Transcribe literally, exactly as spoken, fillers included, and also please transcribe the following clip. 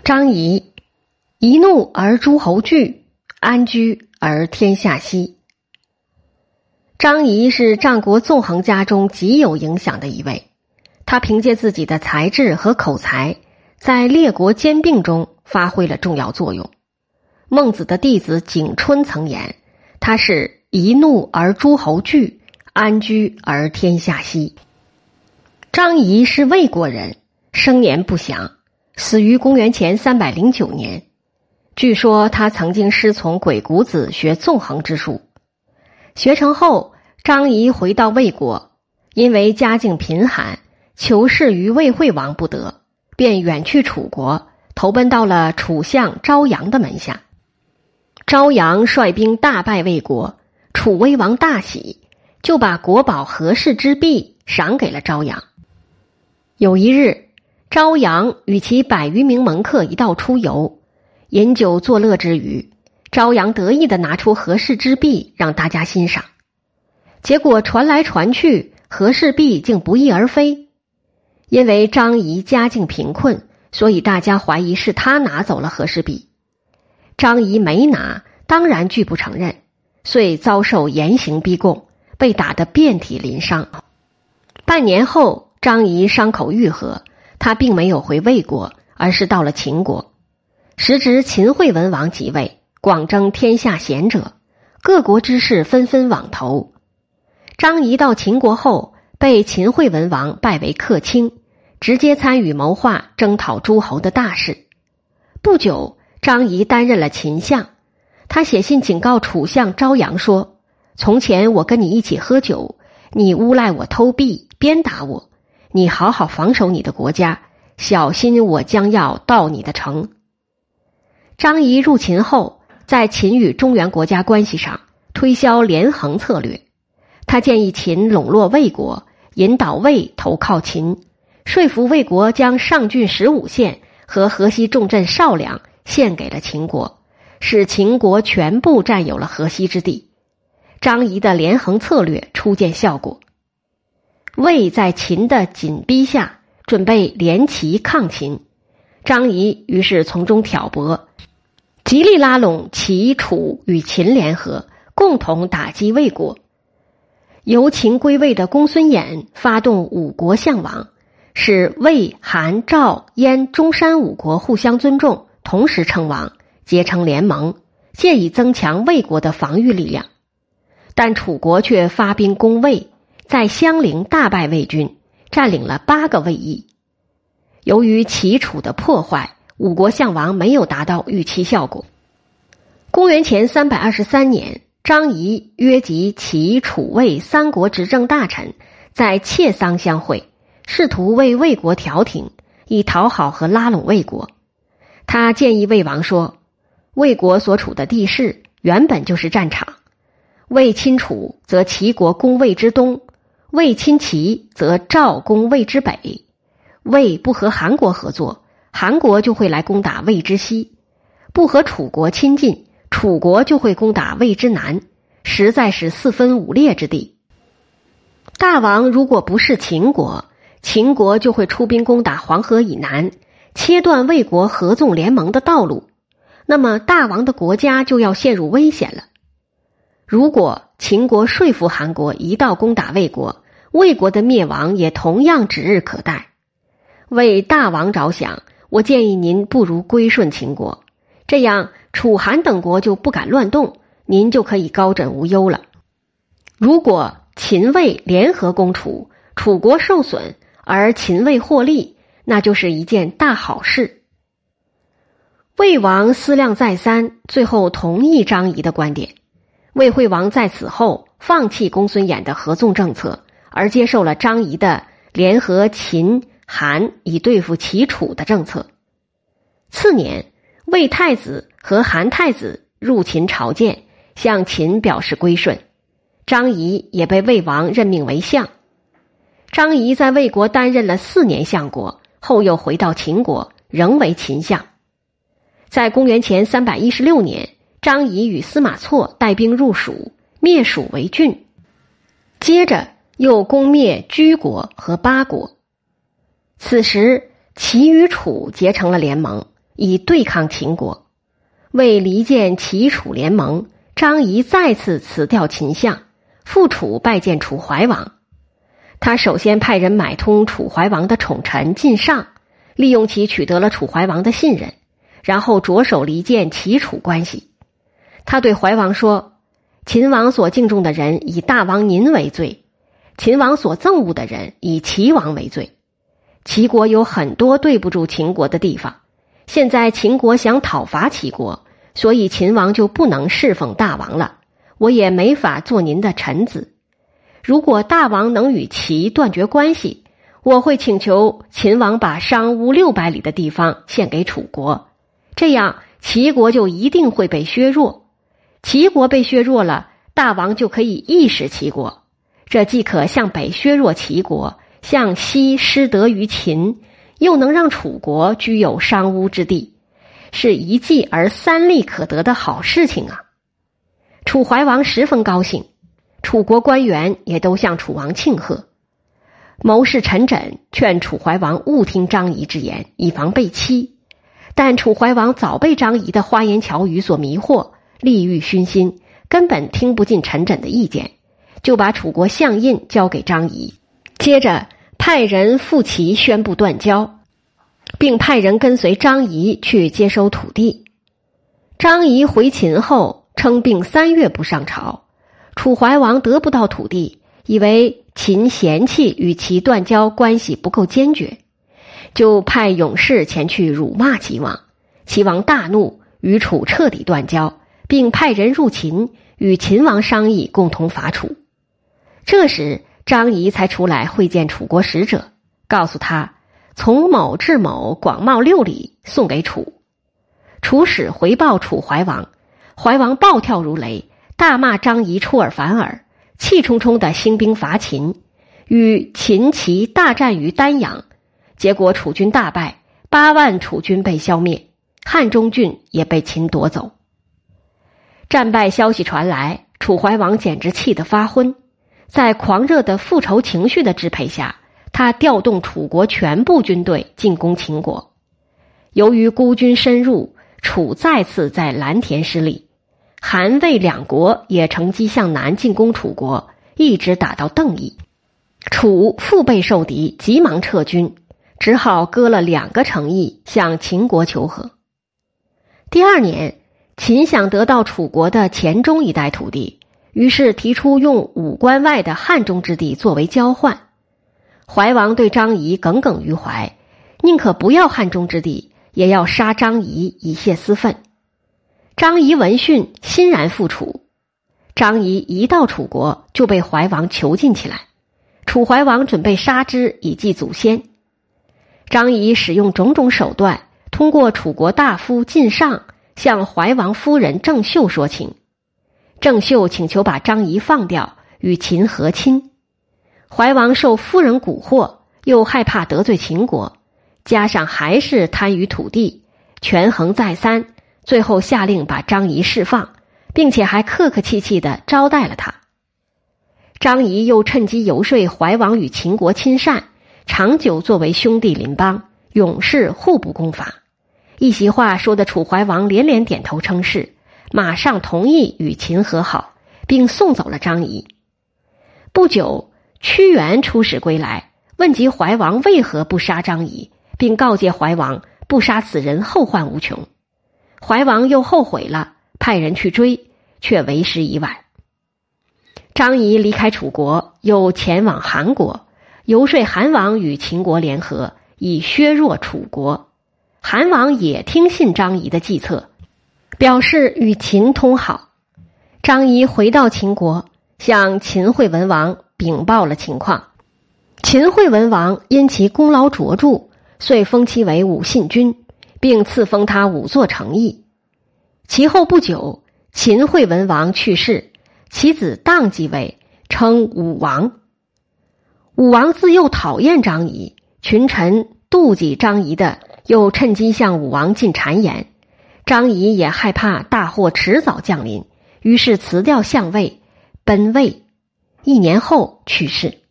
张仪，一怒而诸侯惧，安居而天下息。张仪是战国纵横家中极有影响的一位，他凭借自己的才智和口才，在列国兼并中发挥了重要作用。孟子的弟子景春曾言，他是一怒而诸侯惧，安居而天下息。张仪是魏国人，生年不详，死于公元前三百零九年。据说他曾经师从鬼谷子学纵横之术，学成后，张仪回到魏国，因为家境贫寒，求仕于魏惠王不得，便远去楚国，投奔到了楚相昭阳的门下。昭阳率兵大败魏国，楚威王大喜，就把国宝和氏之璧赏给了昭阳。有一日，昭阳与其百余名门客一道出游，饮酒作乐之余，昭阳得意地拿出和氏之璧让大家欣赏。结果传来传去，和氏璧竟不翼而飞。因为张仪家境贫困，所以大家怀疑是他拿走了和氏璧。张仪没拿，当然拒不承认，遂遭受严刑逼供，被打得遍体鳞伤。半年后，张仪伤口愈合，他并没有回魏国，而是到了秦国。时值秦惠文王即位，广征天下贤者，各国之士纷纷往投。张仪到秦国后，被秦惠文王拜为客卿，直接参与谋划征讨诸侯的大事。不久，张仪担任了秦相，他写信警告楚相昭阳说，从前我跟你一起喝酒，你诬赖我偷璧，鞭打我，你好好防守你的国家，小心我将要盗你的城。张仪入秦后，在秦与中原国家关系上推销连横策略，他建议秦笼络魏国，引导魏投靠秦，说服魏国将上郡十五县和河西重镇少梁献给了秦国，使秦国全部占有了河西之地。张仪的连横策略初见效果。魏在秦的紧逼下，准备联齐抗秦，张仪于是从中挑拨，极力拉拢齐、楚与秦联合，共同打击魏国。由秦归魏的公孙衍发动五国相王，使魏、韩、赵、燕、中山五国互相尊重，同时称王，结成联盟，借以增强魏国的防御力量。但楚国却发兵攻魏，在襄陵大败魏军，占领了八个魏邑。由于齐楚的破坏，五国相王没有达到预期效果。公元前三百二十三年，张仪约集齐、楚、魏三国执政大臣在切桑相会，试图为魏国调停，以讨好和拉拢魏国。他建议魏王说，魏国所处的地势原本就是战场，魏侵楚则齐国攻魏之东，魏侵齐则赵攻魏之北。魏不和韩国合作，韩国就会来攻打魏之西；不和楚国亲近，楚国就会攻打魏之南，实在是四分五裂之地。大王如果不是秦国，秦国就会出兵攻打黄河以南，切断魏国合纵联盟的道路，那么大王的国家就要陷入危险了。如果秦国说服韩国一道攻打魏国，魏国的灭亡也同样指日可待。为大王着想，我建议您不如归顺秦国，这样楚韩等国就不敢乱动，您就可以高枕无忧了。如果秦魏联合攻楚，楚国受损，而秦魏获利，那就是一件大好事。魏王思量再三，最后同意张仪的观点。魏惠王在此后放弃公孙衍的合纵政策，而接受了张仪的联合秦、韩以对付齐楚的政策。次年，魏太子和韩太子入秦朝见，向秦表示归顺。张仪也被魏王任命为相。张仪在魏国担任了四年相国，后又回到秦国，仍为秦相。在公元前三百一十六年，张仪与司马错带兵入蜀，灭蜀为郡，接着又攻灭居国和巴国。此时齐与楚结成了联盟， 以对抗秦国。为离间齐楚联盟，张仪再次辞掉秦相，赴楚拜见楚怀王。他首先派人买通楚怀王的宠臣晋尚，利用其取得了楚怀王的信任，然后着手离间齐楚关系。他对怀王说，秦王所敬重的人以大王您为最，秦王所憎恶的人以齐王为最。齐国有很多对不住秦国的地方，现在秦国想讨伐齐国，所以秦王就不能侍奉大王了，我也没法做您的臣子。如果大王能与齐断绝关系，我会请求秦王把商巫六百里的地方献给楚国，这样齐国就一定会被削弱。齐国被削弱了，大王就可以意识齐国，这既可向北削弱齐国，向西失德于秦，又能让楚国居有商巫之地，是一计而三利可得的好事情啊！楚怀王十分高兴，楚国官员也都向楚王庆贺。谋士陈轸劝楚怀王勿听张仪之言，以防被欺，但楚怀王早被张仪的花言巧语所迷惑，利欲熏心，根本听不进陈轸的意见，就把楚国相印交给张仪，接着派人赴齐宣布断交，并派人跟随张仪去接收土地。张仪回秦后称病三月不上朝，楚怀王得不到土地，以为秦嫌弃与其断交关系不够坚决，就派勇士前去辱骂齐王。齐王大怒，与楚彻底断交，并派人入秦，与秦王商议共同伐楚。这时张仪才出来会见楚国使者，告诉他从某至某广袤六里送给楚。楚使回报楚怀王，怀王暴跳如雷，大骂张仪出尔反尔，气冲冲地兴兵伐秦，与秦齐大战于丹阳，结果楚军大败，八万楚军被消灭，汉中郡也被秦夺走。战败消息传来，楚怀王简直气得发昏，在狂热的复仇情绪的支配下，他调动楚国全部军队进攻秦国。由于孤军深入，楚再次在蓝田失利，韩魏两国也乘机向南进攻楚国，一直打到邓邑。楚腹背受敌，急忙撤军，只好割了两个城邑向秦国求和。第二年，秦想得到楚国的黔中一带土地，于是提出用武关外的汉中之地作为交换。怀王对张仪耿耿于怀，宁可不要汉中之地，也要杀张仪以泄私愤。张仪闻讯欣然复楚。张仪一到楚国就被怀王囚禁起来，楚怀王准备杀之以祭祖先。张仪使用种种手段，通过楚国大夫晋尚向怀王夫人郑袖说情。郑袖请求把张仪放掉，与秦和亲。怀王受夫人蛊惑，又害怕得罪秦国，加上还是贪于土地，权衡再三，最后下令把张仪释放，并且还客客气气地招待了他。张仪又趁机游说怀王与秦国亲善，长久作为兄弟邻邦，永世互不攻伐。一席话说的楚怀王连连点头称是，马上同意与秦和好，并送走了张仪。不久，屈原出使归来，问及怀王为何不杀张仪，并告诫怀王不杀此人后患无穷。怀王又后悔了，派人去追，却为时已晚。张仪离开楚国，又前往韩国，游说韩王与秦国联合，以削弱楚国。韩王也听信张仪的计策，表示与秦通好。张仪回到秦国，向秦惠文王禀报了情况。秦惠文王因其功劳卓著，遂封其为武信君，并赐封他五座城邑。其后不久，秦惠文王去世，其子荡继位，称武王。武王自幼讨厌张仪，群臣妒忌张仪的，又趁机向武王进谗言。张仪也害怕大祸迟早降临，于是辞掉相位，奔魏。一年后去世。